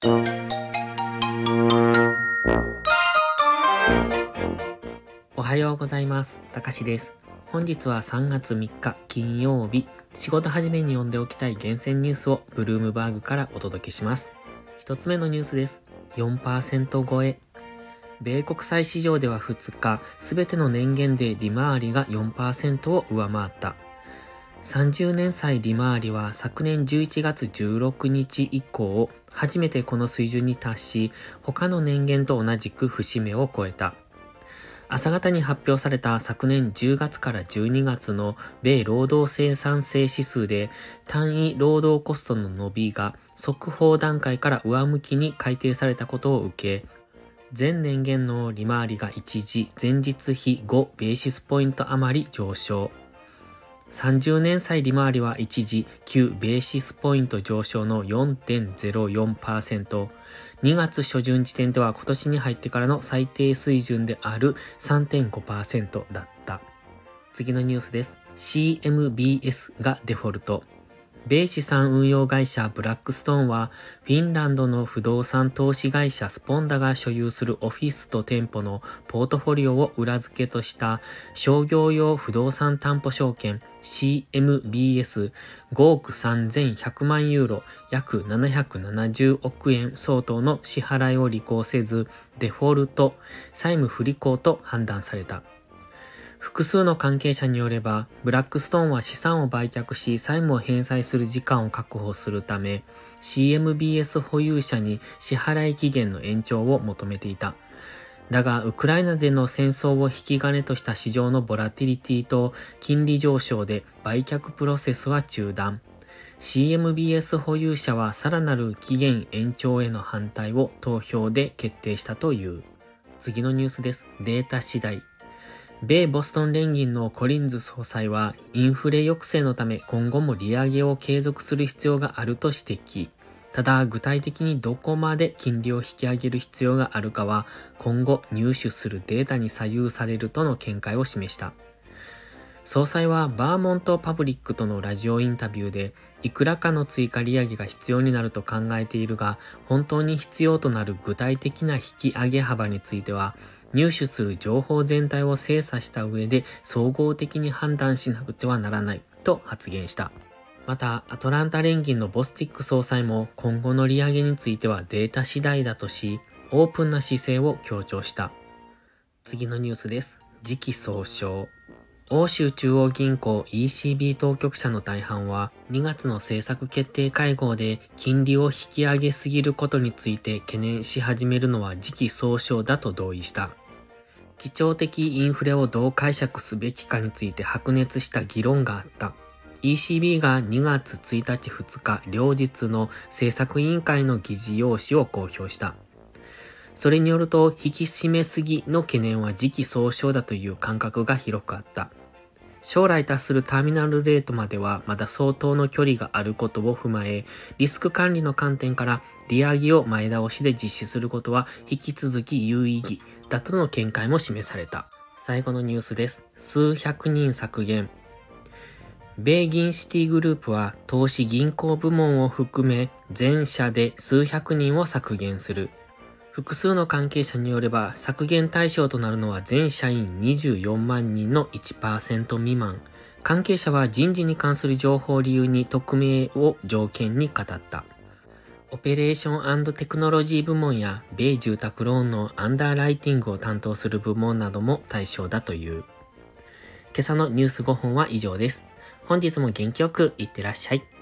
おはようございます。たかしです。本日は3月3日金曜日、仕事始めに読んでおきたい厳選ニュースをブルームバーグからお届けします。一つ目のニュースです。4% 超え。米国債市場では2日、すべての年限で利回りが 4% を上回った。30年債利回りは昨年11月16日以降、初めてこの水準に達し、他の年限と同じく節目を超えた。朝方に発表された昨年10月から12月の米労働生産性指数で単位労働コストの伸びが速報段階から上向きに改定されたことを受け、全年限の利回りが一時前日比5ベーシスポイント余り上昇。30年債利回りは一時9ベーシスポイント上昇の 4.04%。2月初旬時点では今年に入ってからの最低水準である 3.5% だった。次のニュースです。CMBS がデフォルト。米資産運用会社ブラックストーンはフィンランドの不動産投資会社スポンダが所有するオフィスと店舗のポートフォリオを裏付けとした商業用不動産担保証券 CMBS5 億3100万ユーロ約770億円相当の支払いを履行せずデフォルト債務不履行と判断された。複数の関係者によれば、ブラックストーンは資産を売却し債務を返済する時間を確保するため、CMBS 保有者に支払い期限の延長を求めていた。だが、ウクライナでの戦争を引き金とした市場のボラティリティと金利上昇で売却プロセスは中断。CMBS 保有者はさらなる期限延長への反対を投票で決定したという。次のニュースです。データ次第。米ボストン連銀のコリンズ総裁はインフレ抑制のため今後も利上げを継続する必要があると指摘。ただ具体的にどこまで金利を引き上げる必要があるかは今後入手するデータに左右されるとの見解を示した。総裁はバーモントパブリックとのラジオインタビューでいくらかの追加利上げが必要になると考えているが本当に必要となる具体的な引き上げ幅については入手する情報全体を精査した上で総合的に判断しなくてはならないと発言した。また、アトランタ連銀のボスティック総裁も今後の利上げについてはデータ次第だとし、オープンな姿勢を強調した。次のニュースです。時期尚早。欧州中央銀行 ECB 当局者の大半は2月の政策決定会合で金利を引き上げすぎることについて懸念し始めるのは時期尚早だと同意した。基調的インフレをどう解釈すべきかについて白熱した議論があった。ECB が2月1日2日両日の政策委員会の議事要旨を公表した。それによると引き締めすぎの懸念は時期尚早だという感覚が広くあった。将来達するターミナルレートまではまだ相当の距離があることを踏まえ、リスク管理の観点から利上げを前倒しで実施することは引き続き有意義だとの見解も示された。最後のニュースです。数百人削減。米銀シティグループは投資銀行部門を含め全社で数百人を削減する。複数の関係者によれば削減対象となるのは全社員24万人の 1% 未満。関係者は人事に関する情報を理由に匿名を条件に語った。オペレーション&テクノロジー部門や米住宅ローンのアンダーライティングを担当する部門なども対象だという。今朝のニュース5本は以上です。本日も元気よくいってらっしゃい。